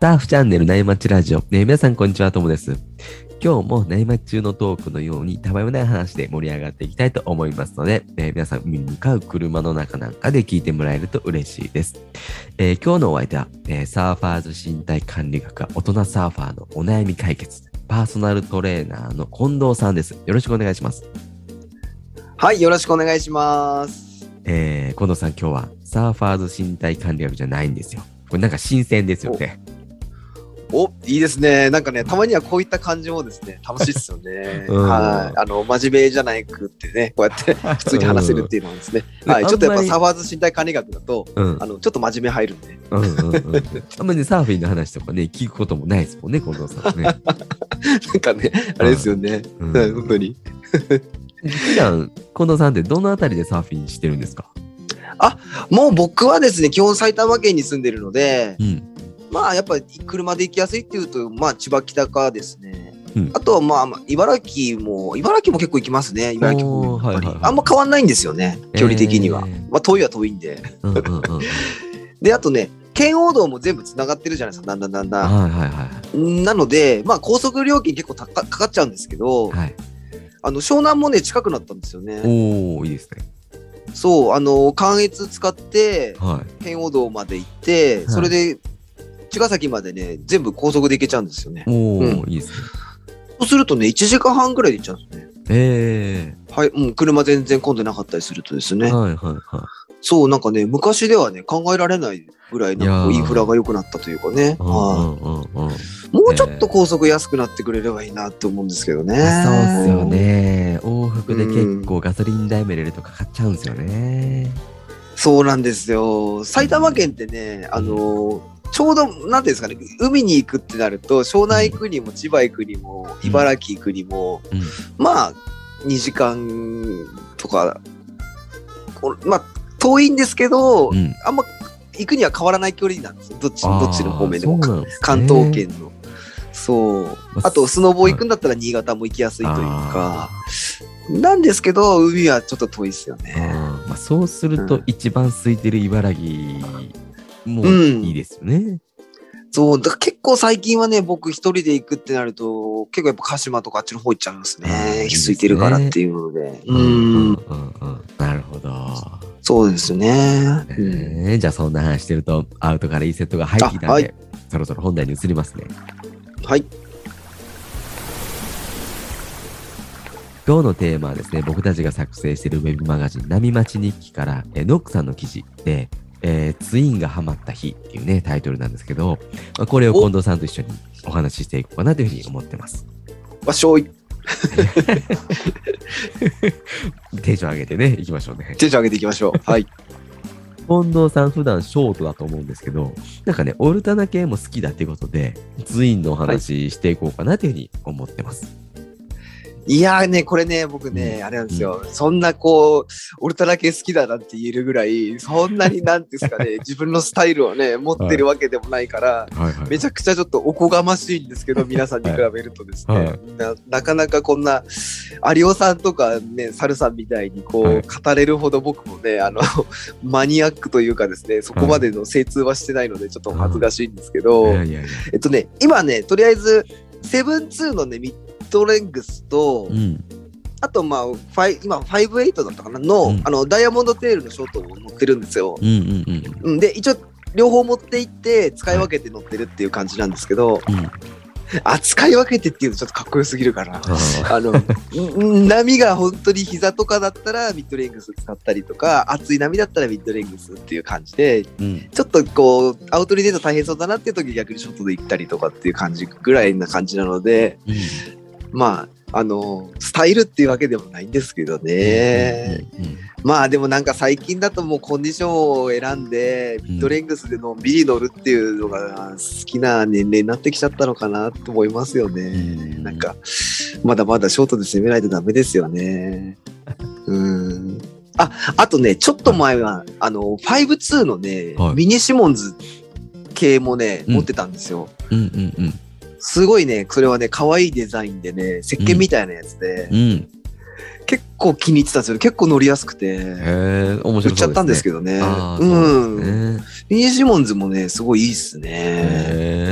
ターフチャンネル内町ラジオ、皆さんこんにちは、ともです。今日も内町中のトークのようにたわいもない話で盛り上がっていきたいと思いますので、皆さん海に向かう車の中なんかで聞いてもらえると嬉しいです。今日のお相手は、サーファーズ身体管理学科大人サーファーのお悩み解決パーソナルトレーナーの近藤さんです。よろしくお願いします。 はい、よろしくお願いします。 近藤さん、今日はサーファーズ身体管理学じゃないんですよ。これなんか新鮮ですよね。 お、いいですね。なんかね、たまにはこういった感じもですね、楽しいですよね。はい。真面目じゃないくってね、こうやって普通に話せるっていうのはですね。はい。ちょっとやっぱサーファーズ身体管理学だと、ちょっと真面目入るんで。 あんまり、ね、サーフィンの話とかね、聞くこともないですもんね、近藤さんね。なんかね、あれですよね。本当に。 普段、近藤さんってどのあたりでサーフィンしてるんですか？ もう僕はですね、基本埼玉県に住んでるので、まあやっぱり車で行きやすいっていうと、まあ千葉北かですね。あとはまあ茨城も結構行きますね。茨城もやっぱり、あんま変わんないんですよね、距離的には。まあ遠いは遠いんで。で、あとね、圏央道も全部つながってるじゃないですか、だんだん。なので、まあ高速料金結構かかっちゃうんですけど、湘南もね、近くなったんですよね。 おー、いいですね。 そう、関越使って、圏央道まで行って、それで、茅ヶ崎までね、全部高速で行けちゃうんですよね。 いいですね。 そうするとね、1時間半ぐらいで行っちゃうんですね。はい、車全然混んでなかったりするとですね。そう、なんかね、昔ではね、考えられないぐらい、なんかインフラが良くなったというかね。もうちょっと高速安くなってくれればいいなって思うんですけどね。 そうっすよね。往復で結構ガソリン代も入れるとかかっちゃうんですよね。 そうなんですよ。埼玉県ってね、ちょうど、なんていうんですかね、海に行くってなると、湘南行くにも、千葉行くにも、茨城行くにも、まあ、2時間とか、まあ、遠いんですけど、あんま行くには変わらない距離なんですよ。どっちの方面でも。関東圏の。そう。あと、スノボ行くんだったら新潟も行きやすいというか、なんですけど、海はちょっと遠いですよね。 そうすると、一番空いてる茨城もいいですよね。 そう、だから結構最近はね、僕一人で行くってなると、結構やっぱ鹿島とかあっちの方行っちゃいますね。空いてるからっていうので。 なるほど。 そうですね。 じゃあそんな話してると、アウトからいいセットが入ってきたので、そろそろ本題に移りますね。 はい。 今日のテーマはですね、僕たちが作成しているウェブマガジン、波町日記から、ノックさんの記事で、ツインがハマった日っていうね、タイトルなんですけど、これを近藤さんと一緒にお話ししていこうかなというふうに思ってます。テンション上げてね、いきましょうね。 テンション上げていきましょう。はい。 近藤さん普段ショートだと思うんですけど、なんかね、オルタナ系も好きだっていうことで、ツインのお話していこうかなというふうに思ってます。 いやーね、これね、僕ね、あれなんですよ。そんなこう、オルタナ系好きだなって言えるぐらい、そんなになんですかね、自分のスタイルをね、持ってるわけでもないから、めちゃくちゃちょっとおこがましいんですけど、皆さんに比べるとですね、なかなかこんな、有尾さんとかね、サルさんみたいにこう、語れるほど僕もね、マニアックというかですね、そこまでの精通はしてないので、ちょっと恥ずかしいんですけど、今ね、とりあえず、7-2のね、ミッドレングスと、あとまあ今5-8だったかなの、ダイヤモンドテールのショートを乗ってるんですよ。で一応両方持っていって使い分けて乗ってるっていう感じなんですけど、使い分けてっていうとちょっとかっこよすぎるから波が本当に膝とかだったらミッドレングス使ったりとか、熱い波だったらミッドレングスっていう感じで、ちょっとこうアウトに出ると大変そうだなっていう時逆にショートで行ったりとかっていう感じぐらいな感じなので、まあスタイルっていうわけでもないんですけどね。まあでもなんか最近だともうコンディションを選んでミッドレングスでのんびり乗るっていうのが好きな年齢になってきちゃったのかなと思いますよね。なんかまだまだショートで攻めないとダメですよね。あとね、ちょっと前は5-2のね、ミニシモンズ系もね持ってたんですよ。すごいね、それはね、可愛いデザインでね、石鹸みたいなやつで、結構気に入ってたんですよ。結構乗りやすくて、 面白そうですね。 売っちゃったんですけどね。ミニシモンズもね、すごいいいっすね。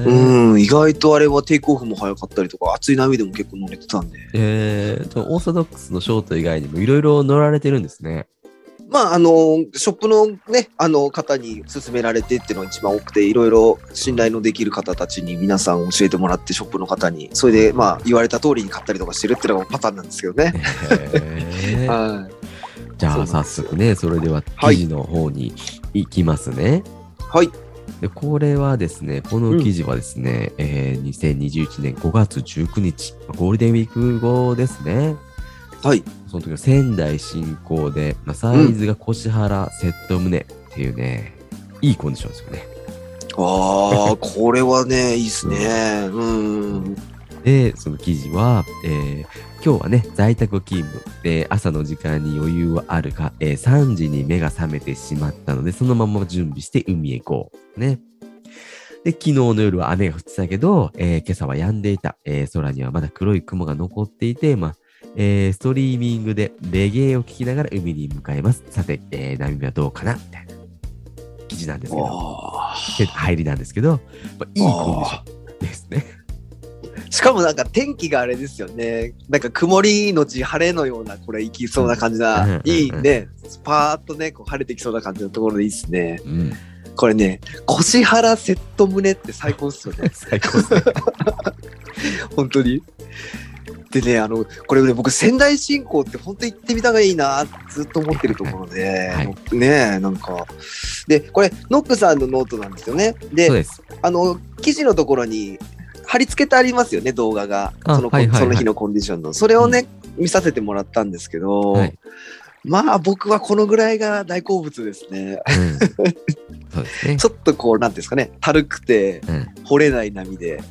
意外とあれはテイクオフも早かったりとか、熱い波でも結構乗れてたんで。 オーソドックスのショート以外にもいろいろ乗られてるんですね。 まあ、ショップのね、方に勧められてっていうのが一番多くて、いろいろ信頼のできる方たちに皆さん教えてもらって、ショップの方に、それで、まあ、言われた通りに買ったりとかしてるっていうのがパターンなんですけどね。はい。 じゃあ、早速ね、それでは記事の方に行きますね。 はい。 で、これはですね、この記事はですね、2021年5月19日、ゴールデンウィーク後ですね。 はい。 その時の仙台新港で、サイズが腰原セット胸っていうね、いいコンディションですよね。 ああ、これはね、いいですね。 で、その記事は、今日はね、在宅勤務で朝の時間に余裕はあるが、3時に目が覚めてしまったので、そのまま準備して海へ行こう。ね。で、昨日の夜は雨が降ってたけど、今朝は止んでいた。空にはまだ黒い雲が残っていて、ストリーミングでレゲエを聴きながら海に向かいます。さて、波はどうかなみたいな記事なんですけど、入りなんですけど、いいコンディションですね。 しかもなんか天気があれですよね。なんか曇りのち晴れのような、これいきそうな感じな、いいね。パーッとね、こう晴れてきそうな感じのところでいいですね。これね、腰原セット胸って最高っすよね。 最高っすね。 本当に。でね、これね、僕、仙台新港って本当に行ってみたがいいなってずっと思ってるところで、ね、なんか。で、これ、ノックさんのノートなんですよね。で、 そうです。 記事のところに貼り付けてありますよね、動画が。その日のコンディションの。それをね、見させてもらったんですけど、まあ僕はこのぐらいが大好物ですね。 そうですね。 ちょっとこう、なんですかね、軽くて、掘れない波で。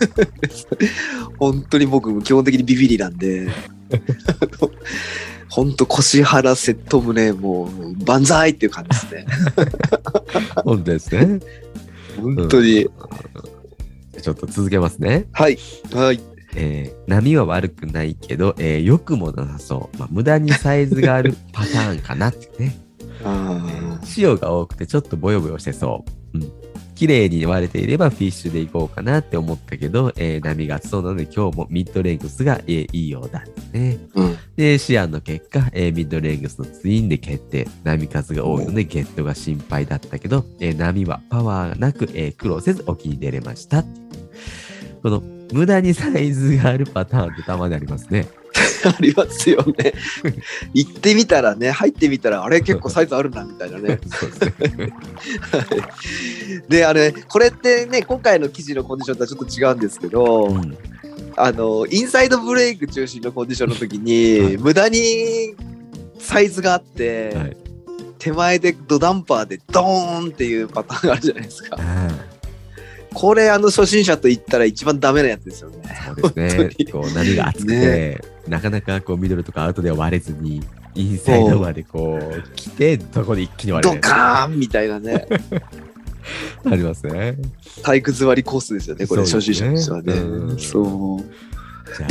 本当に僕、基本的にビビリなんで、本当腰原セット胸、もう、万歳っていう感じですね。 本当ですね。 本当に。 ちょっと続けますね。 はい。はい。 波は悪くないけど、良くもなさそう。無駄にサイズがあるパターンかなってね。潮が多くてちょっとボヨボヨしてそう。綺麗に割れていればフィッシュで行こうかなって思ったけど、波が厚そうなので今日もミッドレングスが、いいようだね。で、試案の結果、ミッドレングスのツインで決定。波数が多いのでゲットが心配だったけど、波はパワーなく、苦労せず沖に出れました。この無駄にサイズがあるパターンってたまにありますね。 ありますよね。行ってみたらね、入ってみたら、あれ結構サイズあるなみたいなね。 そうですね。 で、これってね、今回の記事のコンディションとはちょっと違うんですけど、インサイドブレイク中心のコンディションの時に、無駄にサイズがあって、手前でドダンパーでドーンっていうパターンがあるじゃないですか。これ初心者と言ったら一番ダメなやつですよね。 そうですね。こう波が厚くて、なかなかこうミドルとかアウトでは割れずに、インサイドまでこう来て、そこで一気に割れる。 ドカーンみたいなね。 ありますね。 体育座りコースですよね、これ、初心者としてはね。そう。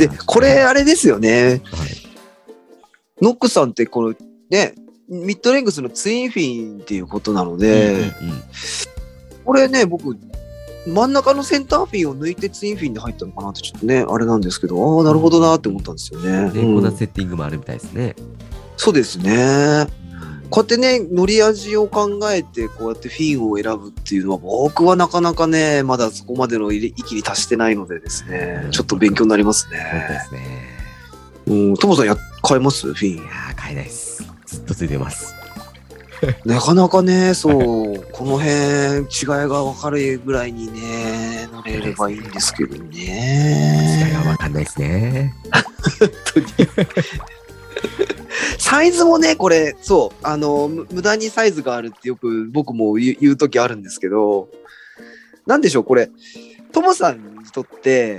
で、これあれですよね。ノックさんってこのね、ミッドレングスのツインフィンっていうことなので、これね、僕、真ん中のセンターフィンを抜いてツインフィンで入ったのかなってちょっとね、あれなんですけど、なるほどなって思ったんですよね。 で、こんなセッティングもあるみたいですね。 そうですね。こうやってね、乗り味を考えて、こうやってフィンを選ぶっていうのは、僕はなかなかね、まだそこまでの域に達してないのでですね、ちょっと勉強になりますね。 そうですね。 トモさん買えますフィン。 いやー、買えないです。ずっとついてます。 なかなかね、そう、この辺、違いが分かるぐらいにね、乗れればいいんですけどね。 違いが分かんないですね。 本当に。サイズもね、これ、そう、無駄にサイズがあるってよく僕も言うときあるんですけど、なんでしょう、これ、トモさんにとって、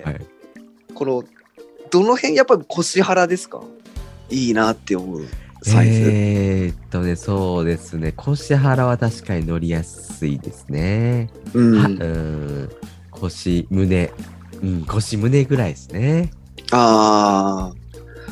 この、どの辺、やっぱり腰腹ですか？いいなって思う。サイズ。 そうですね。腰腹は確かに乗りやすいですね。腰、胸。腰、胸ぐらいですね。 こ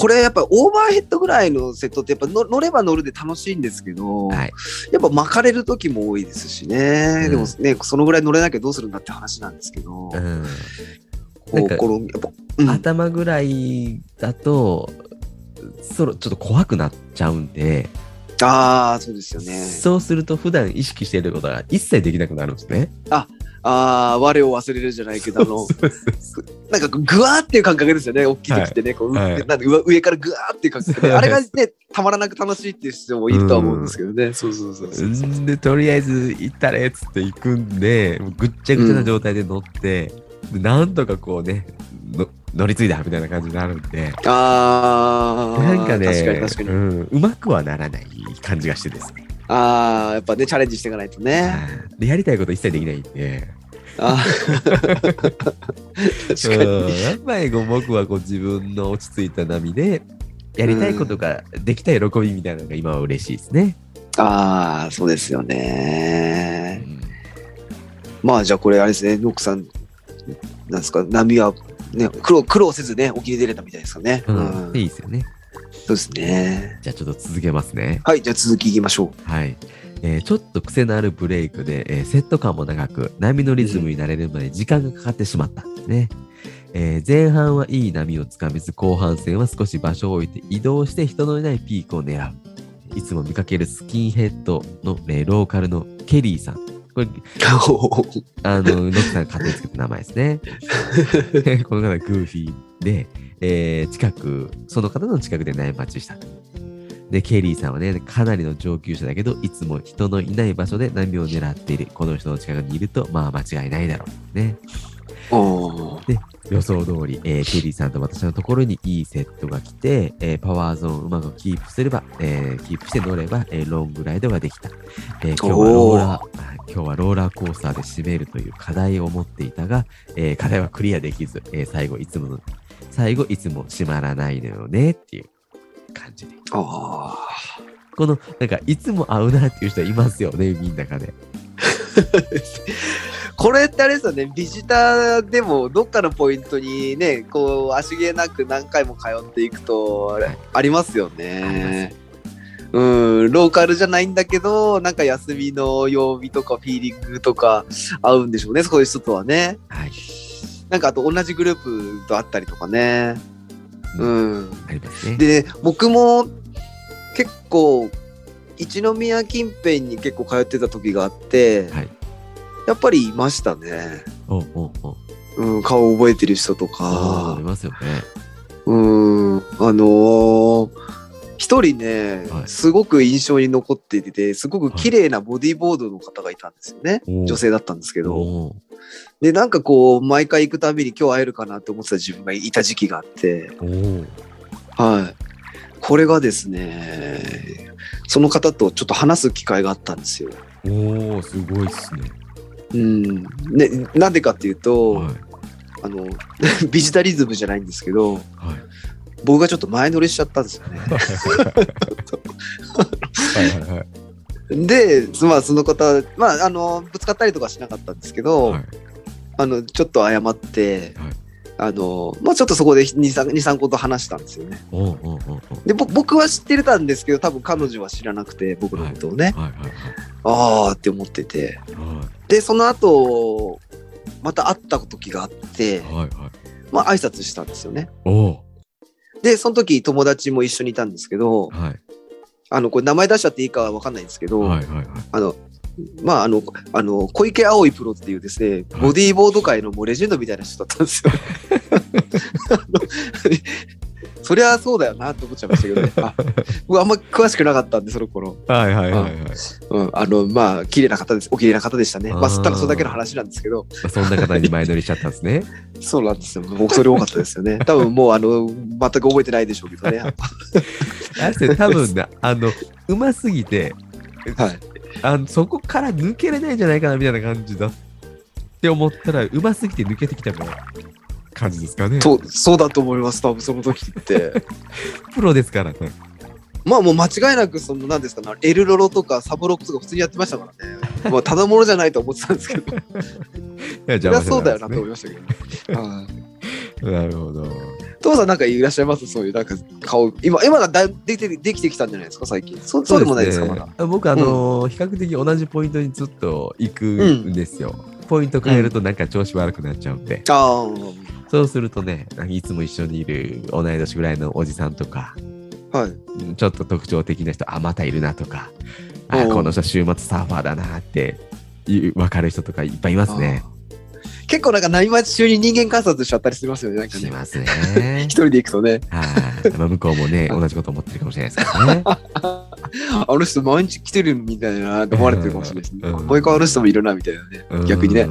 これやっぱオーバーヘッドぐらいのセットってやっぱ乗れば乗るで楽しいんですけど、 はい、 やっぱ巻かれる時も多いですしね、 うん、 でもねそのぐらい乗れなきゃどうするんだって話なんですけど、 うん、 なんかやっぱ、 頭ぐらいだとちょっと怖くなっちゃうんで、 そうですよね。 そうすると普段意識していることが一切できなくなるんですね。 我を忘れるじゃないけど、なんかグワーっていう感覚ですよね。大きい時ってね、なんで上からグワーっていう感覚で、あれがね、たまらなく楽しいっていう人もいるとは思うんですけどね。 で、とりあえず行ったれっつって行くんで、ぐっちゃぐちゃな状態で乗って、なんとかこうね、乗り継いだみたいな感じになるんで、なんかね、 確かに、 うまくはならない感じがしてですね。 やっぱね、チャレンジしていかないとね。 で、やりたいこと一切できないんで。 確かに。 やっぱり僕はこう自分の落ち着いた波で、やりたいことができた喜びみたいなのが今は嬉しいですね。 そうですよね。まあ、じゃあこれあれですね、ノックさん、なんですか、波は、ね、苦労せずね、沖に出れたみたいですかね。 いいですよね。 そうですね。 じゃあちょっと続けますね。 はい、じゃあ続きいきましょう。はい。ちょっと癖のあるブレイクで、セット感も長く、波のリズムになれるまで時間がかかってしまったんですね。前半はいい波をつかめず、後半戦は少し場所を置いて移動して人のいないピークを狙う。いつも見かけるスキンヘッドの、ローカルのケリーさん。これ、ノックさんが勝手につけた名前ですね。この方がグーフィーで、その方の近くで悩み待ちした。で、ケリーさんはね、かなりの上級者だけど、いつも人のいない場所で波を狙っている。この人の近くにいると、まあ間違いないだろうね。で、予想通り、ケリーさんと私のところにいいセットが来て、パワーゾーンをうまくキープすれば、キープして乗れば、ロングライドができた。今日はローラーコースターで締めるという課題を持っていたが、課題はクリアできず、最後いつも締まらないのよねっていう感じで。この、なんか、いつも会うなっていう人はいますよね、みんな中で。 これってあれですよね、ビジターでもどっかのポイントにね、こう足毛なく何回も通っていくとありますよね。ローカルじゃないんだけど、なんか休みの曜日とかフィーリングとか合うんでしょうね、そういう人とはね。 はい。 なんかあと同じグループと会ったりとかね。 ありますね。 で、僕も結構一宮近辺に結構通ってた時があって、はい、やっぱりいましたね。顔覚えてる人とか。 いますよね。 一人ね、はい、すごく印象に残っていて、すごく綺麗なボディーボードの方がいたんですよね。女性だったんですけど。で、なんかこう、毎回行くたびに今日会えるかなって思ってた自分がいた時期があって、はい。これがですね、その方とちょっと話す機会があったんですよ。 すごいっすね。 なんでかっていうと、はい、ビジタリズムじゃないんですけど、はい、僕がちょっと前乗りしちゃったんですよね。で、まあその方、ぶつかったりとかしなかったんですけど、はい、ちょっと謝って、はい、ちょっとそこで2、3個と話したんですよね。で、僕は知ってたんですけど、多分彼女は知らなくて、僕のことをね。って思ってて。で、その後、また会った時があって、挨拶したんですよね。で、その時友達も一緒にいたんですけど、これ名前出しちゃっていいかは分かんないんですけど、小池葵プロっていうですね、ボディーボード界のもうレジェンドみたいな人だったんですよ。そりゃそうだよなって思っちゃいましたけどね。僕あんま詳しくなかったんで、その頃。綺麗な方です。お綺麗な方でしたね。ただそれだけの話なんですけど。 そんな方に前乗りしちゃったんですね。 そうなんですよ。僕それ多かったですよね。多分もう全く覚えてないでしょうけどね。 多分ね、うますぎて、そこから抜けれないんじゃないかなみたいな感じだって思ったら、うますぎて抜けてきた感じですかね。 そうだと思います。多分その時って。 プロですからね。 まあもう間違いなく何ですかね、エルロロとかサブロックとか普通にやってましたからね。まあただものじゃないと思ってたんですけど。そりゃそうだよなと思いましたけど。 なるほど。 父さんなんかいらっしゃいます？そういうなんか顔、今ができてきたんじゃないですか最近。そうでもないですかまだ。 僕比較的同じポイントにずっと行くんですよ。ポイント変えるとなんか調子悪くなっちゃうんで。そうするとね、いつも一緒にいる同い年ぐらいのおじさんとか、はい、ちょっと特徴的な人、またいるなとか、この人週末サーファーだなって分かる人とかいっぱいいますね。 結構なんか内町中に人間観察しちゃったりしますよね。なんかね。 しますね。 一人で行くとね。 向こうもね、同じこと思ってるかもしれないですからね。 あの人毎日来てるみたいなと思われてるかもしれないですね。もう一回あの人もいるなみたいなね。逆にね。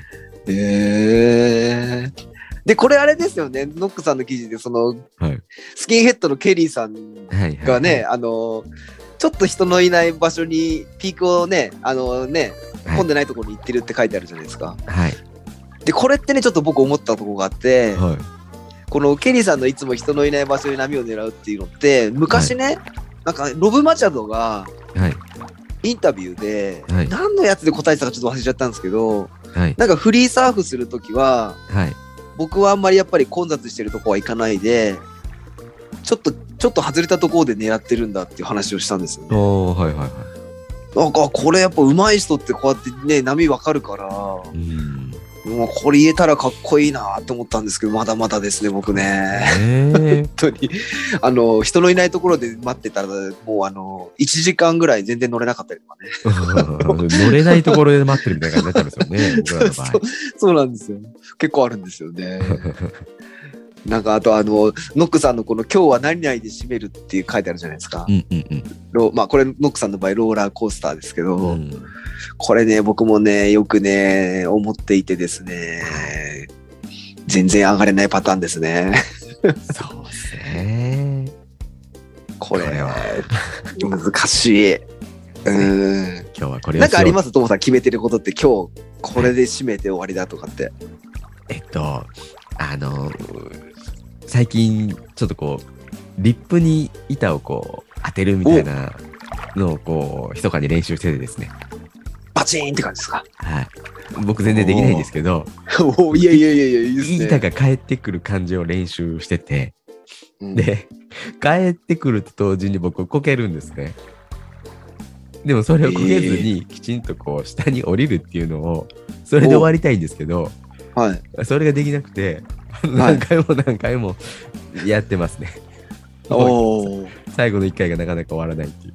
で、これあれですよね。ノックさんの記事で、その、スキンヘッドのケリーさんがね、ちょっと人のいない場所にピークをね、混んでないところに行ってるって書いてあるじゃないですか。はい。で、これってね、ちょっと僕思ったところがあって、このケリーさんのいつも人のいない場所に波を狙うっていうのって、昔ね、なんかロブ・マチャドがインタビューで、何のやつで答えてたかちょっと忘れちゃったんですけど、なんかフリーサーフするときは、僕はあんまりやっぱり混雑してるとこは行かないで、ちょっと外れたところで狙ってるんだっていう話をしたんですよね。なんかこれやっぱ上手い人ってこうやってね波わかるから、もうこれ言えたらかっこいいなと思ったんですけど、まだまだですね僕ね。本当に人のいないところで待ってたらもう1時間ぐらい全然乗れなかったりとかね。 乗れないところで待ってるみたいな感じになっちゃうんですよね。僕らの場合。 そうなんですよ。結構あるんですよね。なんかあとノックさんのこの今日は何々で締めるっていう書いてあるじゃないですか。まあこれノックさんの場合ローラーコースターですけど、これね僕もねよくね思っていてですね、全然上がれないパターンですね。 そうですね。 これは難しい。 今日はこれをなんかあります？トモさん決めてることって今日これで締めて終わりだとかって。 最近ちょっとこうリップに板をこう当てるみたいなのをこう密かに練習しててですね。 バチーンって感じですか？ はい。僕全然できないんですけど、 いやいいですね。 板が返ってくる感じを練習してて、で返ってくると同時に僕こけるんですね。でもそれをこけずにきちんとこう下に降りるっていうのをそれで終わりたいんですけど、それができなくて何回もやってますね。最後の1回がなかなか終わらないっていう。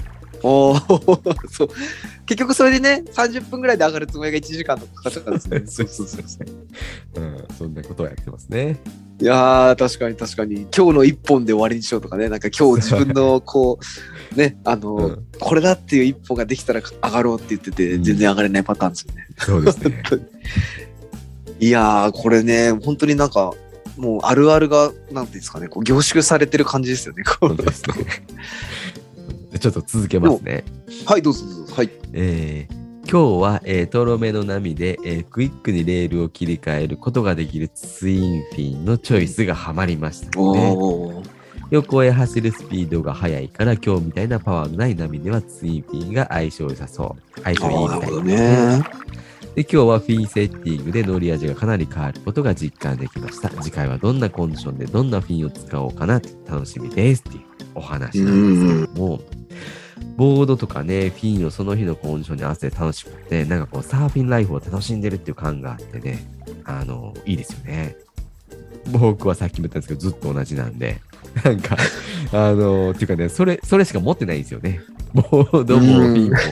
そう結局それでね30分ぐらいで上がるつもりが1時間とかかかったんですね。そうそんなことをやってますね。 いやー確かに今日の1本で終わりにしようとかね、なんか今日自分のこうねこれだっていう一歩ができたら上がろうって言ってて、全然上がれないパターンですよね。 そうですね。 いやーこれね本当になんかもうあるあるがなんていうんですかね、こう凝縮されてる感じですよね。 そうですね。ちょっと続けますね。 はいどうぞ。はい。 今日は、とろめの波で、クイックにレールを切り替えることができるツインフィンのチョイスがハマりましたね。横へ走るスピードが速いから今日みたいなパワーのない波ではツインフィンが相性いいみたいですね。で今日はフィンセッティングで乗り味がかなり変わることが実感できました。次回はどんなコンディションでどんなフィンを使おうかなって楽しみですっていうお話なんですけども、ボードとかねフィンをその日のコンディションに合わせて楽しくて、なんかこうサーフィンライフを楽しんでるっていう感があってね、いいですよね。僕はさっきも言ったんですけどずっと同じなんで、なんかっていうかねそれしか持ってないんですよね。ボードもフィンも。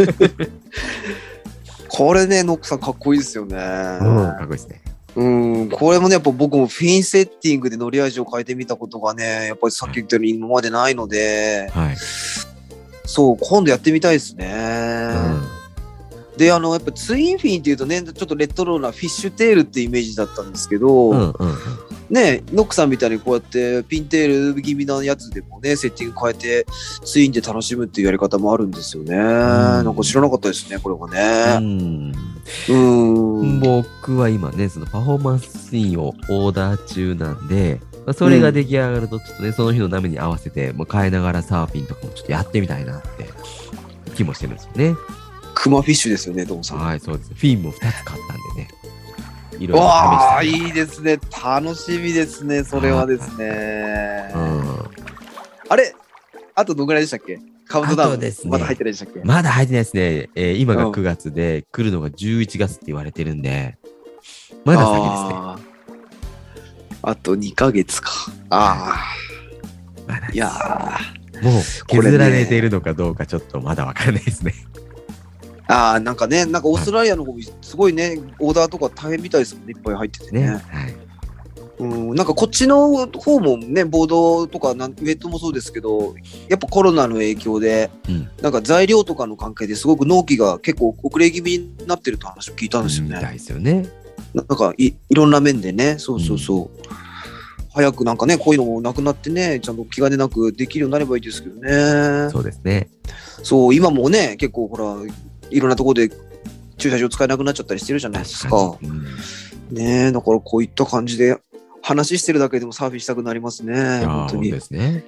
これねノックさんかっこいいですよね。 かっこいいですね。 これもねやっぱ僕もフィンセッティングで乗り味を変えてみたことがねやっぱりさっき言ったように今までないので、そう今度やってみたいですね。でやっぱツインフィンっていうとねちょっとレトロなフィッシュテールってイメージだったんですけど、ねノックさんみたいにこうやってピンテール気味なやつでもねセッティング変えてツインで楽しむっていうやり方もあるんですよね。なんか知らなかったですねこれはね。 僕は今ねそのパフォーマンスツインをオーダー中なんで、それが出来上がるとちょっとねその日の波に合わせてもう変えながらサーフィンとかもちょっとやってみたいなって気もしてるんですよね。 クマフィッシュですよねトモさん。 はいそうです。フィンも2つ買ったんでね。 いろいろ試わあ、 して。 いいですね。楽しみですね。それはですね。あれ、あとどのぐらいでしたっけ？カウントダウン。 あとですねまだ入ってないでしたっけ？ まだ入ってないですね。今がうん 9月で、来るのが11月って言われてるんで、まだ先ですね。 あと2ヶ月か。あまだであ。 すいやー、 もうこれね削られているのかどうかちょっとまだわからないですね。 ああ、なんかね、なんかオーストラリアの方すごいね、オーダーとか大変みたいですもんね。いっぱい入っててね。 ね。はい。 なんかこっちの方もね、ボードとかウェットもそうですけど、やっぱコロナの影響で、なんか材料とかの関係ですごく納期が結構遅れ気味になってるって話を聞いたんですよみたいね。 ですよね。 なんかいろんな面でね、そう。早くなんかね、こういうのもなくなってね、ちゃんと気兼ねなくできるようになればいいですけどね。 そうですね。 そう、今もね、結構ほら、いろんなところで駐車場使えなくなっちゃったりしてるじゃないですか。ねえ、だからこういった感じで話してるだけでもサーフィンしたくなりますね。本当に。 そうですね。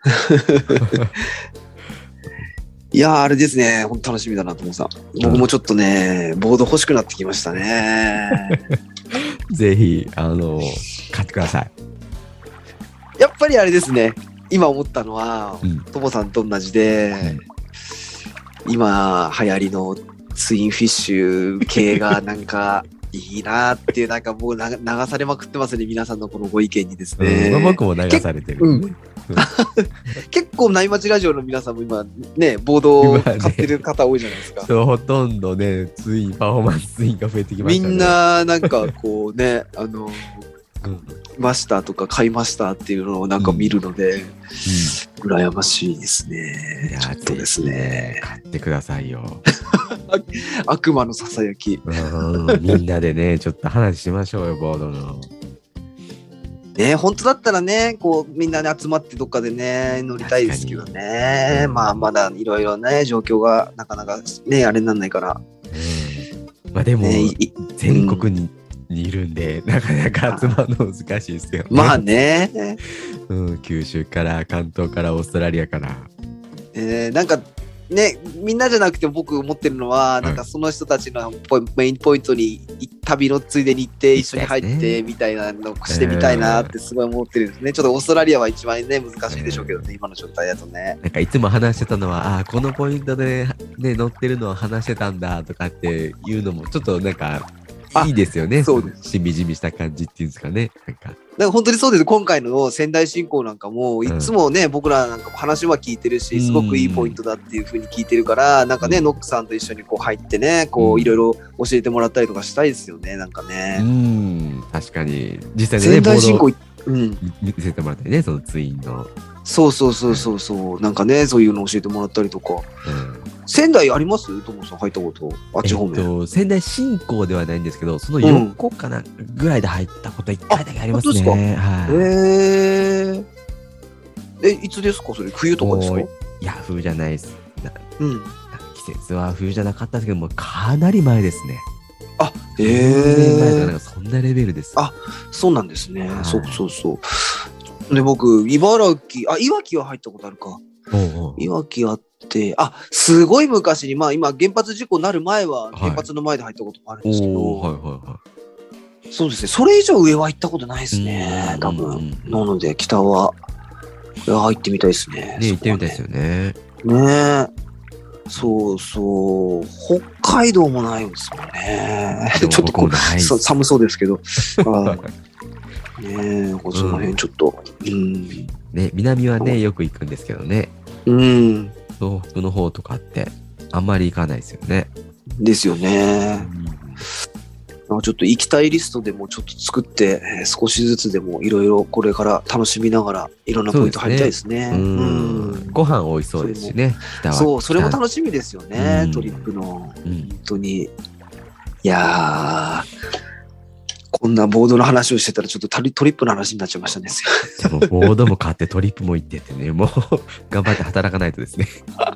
いやー、あれですね。本当楽しみだなと思うさ。僕もちょっとね、ボード欲しくなってきましたね。 ぜひ、買ってください。 やっぱりあれですね。今思ったのは、ともさんと同じで、今流行りのツインフィッシュ系がなんかいいなっていう、なんかもう流されまくってますね。皆さんのこのご意見にですね。 僕も流されてる。 結構内町ラジオの皆さんも今ね、ボードを買ってる方多いじゃないですか。 ほとんどね、ツイン、パフォーマンスツインが増えてきましたね。 みんななんかこうね、ましたとか買いましたっていうのをなんか見るので、羨ましいですね。 いや、 ちょっとですね。 買ってくださいよ。 悪魔のささやき。 みんなでね、ちょっと話しましょうよ、ボードの。 ね、本当だったらね、こうみんなで集まってどっかでね乗りたいですけどね。まあまだいろいろね状況がなかなかねあれになんないから。 まあでも、全国にいるんでなかなか集まるの難しいですよね。 まあね。 九州から関東からオーストラリアから。 なんかね、みんなじゃなくて僕思ってるのは、なんかその人たちのメインポイントに旅のついでに行って一緒に入ってみたいなのをしてみたいなってすごい思ってるんですね。ちょっとオーストラリアは一番ね難しいでしょうけどね、今の状態だとね。 なんかいつも話してたのは、このポイントで、ね、乗ってるのは話してたんだとかっていうのもちょっとなんかいいですよね。そうです。しみじみした感じっていうんですかね。 なんか本当にそうです。今回の仙台進行なんかも、いつもね、僕らなんかも話は聞いてるし、すごくいいポイントだっていう風に聞いてるから、なんかね、ノックさんと一緒にこう入ってね、こういろいろ教えてもらったりとかしたいですよね、なんかね。 確かに。実際にね、 仙台進行、 見せてもらったりね、そのツインの。 そう。なんかね、そういうの教えてもらったりとか。仙台あります？トモさん入ったこと。あっち方面。 仙台新港ではないんですけど、その横かなぐらいで入ったこと1回だけありますね。 いつですかそれ？冬とかですか？いや、冬じゃないです。季節は冬じゃなかったですけども、かなり前ですね。10年前とかなんかそんなレベルです。 そうなんですね。そう。で、僕、いわきは入ったことあるか。いわきあって、すごい昔に、まあ今、原発事故になる前は、原発の前で入ったこともあるんですけど、そうですね、それ以上上は行ったことないですね、多分。なので、北は、行ってみたいですね。 行ってみたいですよね。 ねそう。北海道もないんですもんね。ちょっとこう、寒そうですけど。ねこその辺ちょっと。 ね、南はね、よく行くんですけどね。東北の方とかって、あんまり行かないですよね。 ですよね。ちょっと行きたいリストでもちょっと作って、少しずつでもいろいろこれから楽しみながらいろんなポイント入りたいですね。 ご飯美味しそうですしね。 そう、それも楽しみですよね、トリップの。本当に。いやこんなボードの話をしてたらちょっとトリップの話になっちゃいましたね。 でもボードも買ってトリップも行っててね、もう頑張って働かないとですね。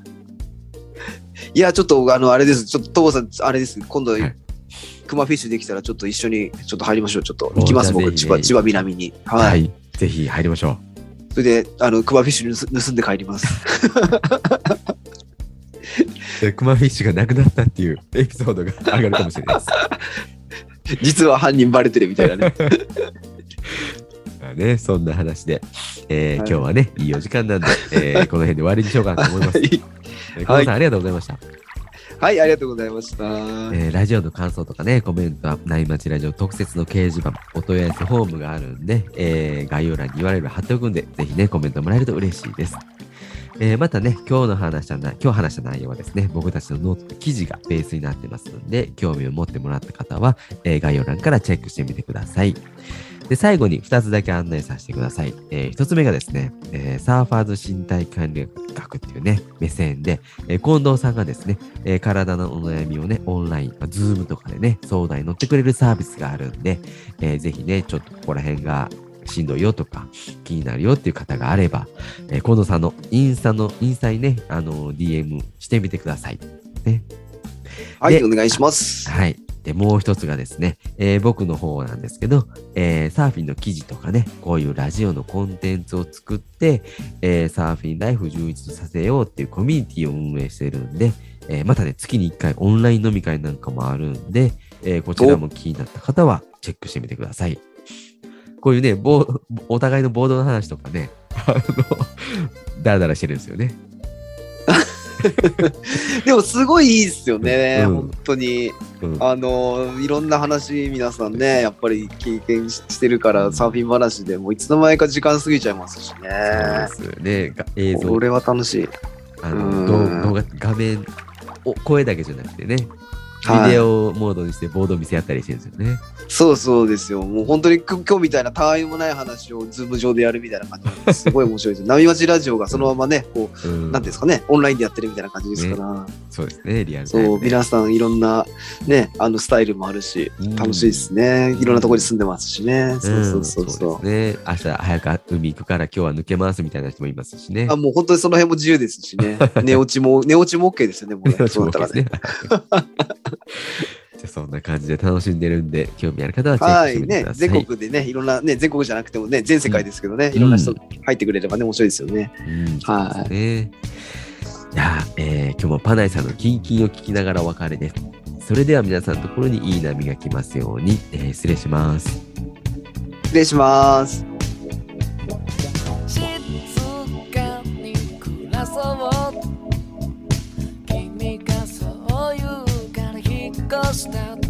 いや、ちょっとあれです。ちょっとトモさん、あれです。今度、クマフィッシュできたらちょっと一緒にちょっと入りましょう。ちょっと行きます、僕、千葉南に。 はい。ぜひ入りましょう。それで、クマフィッシュ盗んで帰ります。 クマフィッシュがなくなったっていうエピソードが上がるかもしれないです。 実は犯人バレてるみたいなね。 ね、そんな話で、今日はね、いいお時間なんで、この辺で終わりにしようかなと思います。コウさん、ありがとうございました。 はい、ありがとうございました。 ラジオの感想とかね、コメントは、内町ラジオ特設の掲示板、お問い合わせフォームがあるんで、概要欄にURL貼っておくんで、ぜひね、コメントもらえると嬉しいです。またね、今日話した内容はですね、僕たちのノートの記事がベースになってますので、興味を持ってもらった方は、概要欄からチェックしてみてください。で、最後に2つだけ案内させてください。1つ目がですね、サーファーズ身体管理学っていうね、目線で、近藤さんがですね、体のお悩みをね、オンライン、ズームとかでね、相談に乗ってくれるサービスがあるんで、ぜひね、ちょっとここら辺がしんどいよとか気になるよっていう方があれば、近藤さんのインスタにね、DM してみてください。ね。 はい、お願いします。 はい。で、もう一つがですね、僕の方なんですけど、サーフィンの記事とかね、こういうラジオのコンテンツを作って、サーフィンライフを充実させようっていうコミュニティを運営してるんで、またね、月に1回オンライン飲み会なんかもあるんで、こちらも気になった方はチェックしてみてください。こういうね、お互いのボードの話とかね、だらだらしてるんですよね。 でもすごいいいですよね、本当に。いろんな話皆さんね、やっぱり経験してるから、サーフィン話でもういつの間にか時間過ぎちゃいますしね。 そうですね。映像。 これは楽しい。 動画、画面、声だけじゃなくてね、ビデオモードにしてボード見せ合ったりしてるんですよね。 そうですよ。もう本当に今日みたいなたわいもない話をズーム上でやるみたいな感じですごい面白いですよ。波町ラジオがそのままね、こう、なんていうんですかね、オンラインでやってるみたいな感じですから。 そうですね、リアルタイムで。 そう、皆さんいろんなね、スタイルもあるし、楽しいですね。いろんなところに住んでますしね。そうですね。明日早く海行くから今日は抜けますみたいな人もいますしね。 もう本当にその辺も自由ですしね。寝落ちも OK ですよね、もうね。そうだったらね。 じゃあそんな感じで楽しんでるんで、興味ある方はチェックしてみてください。 全国でね、いろんなね、全国じゃなくてもね、全世界ですけどね、いろんな人入ってくれればね、面白いですよね。 はい。いや、今日もパナイさんのキンキンを聞きながらお別れです。それでは皆さんのところにいい波が来ますように、失礼します。 失礼します。 静かに暮らそう君がそう言うから引っ越した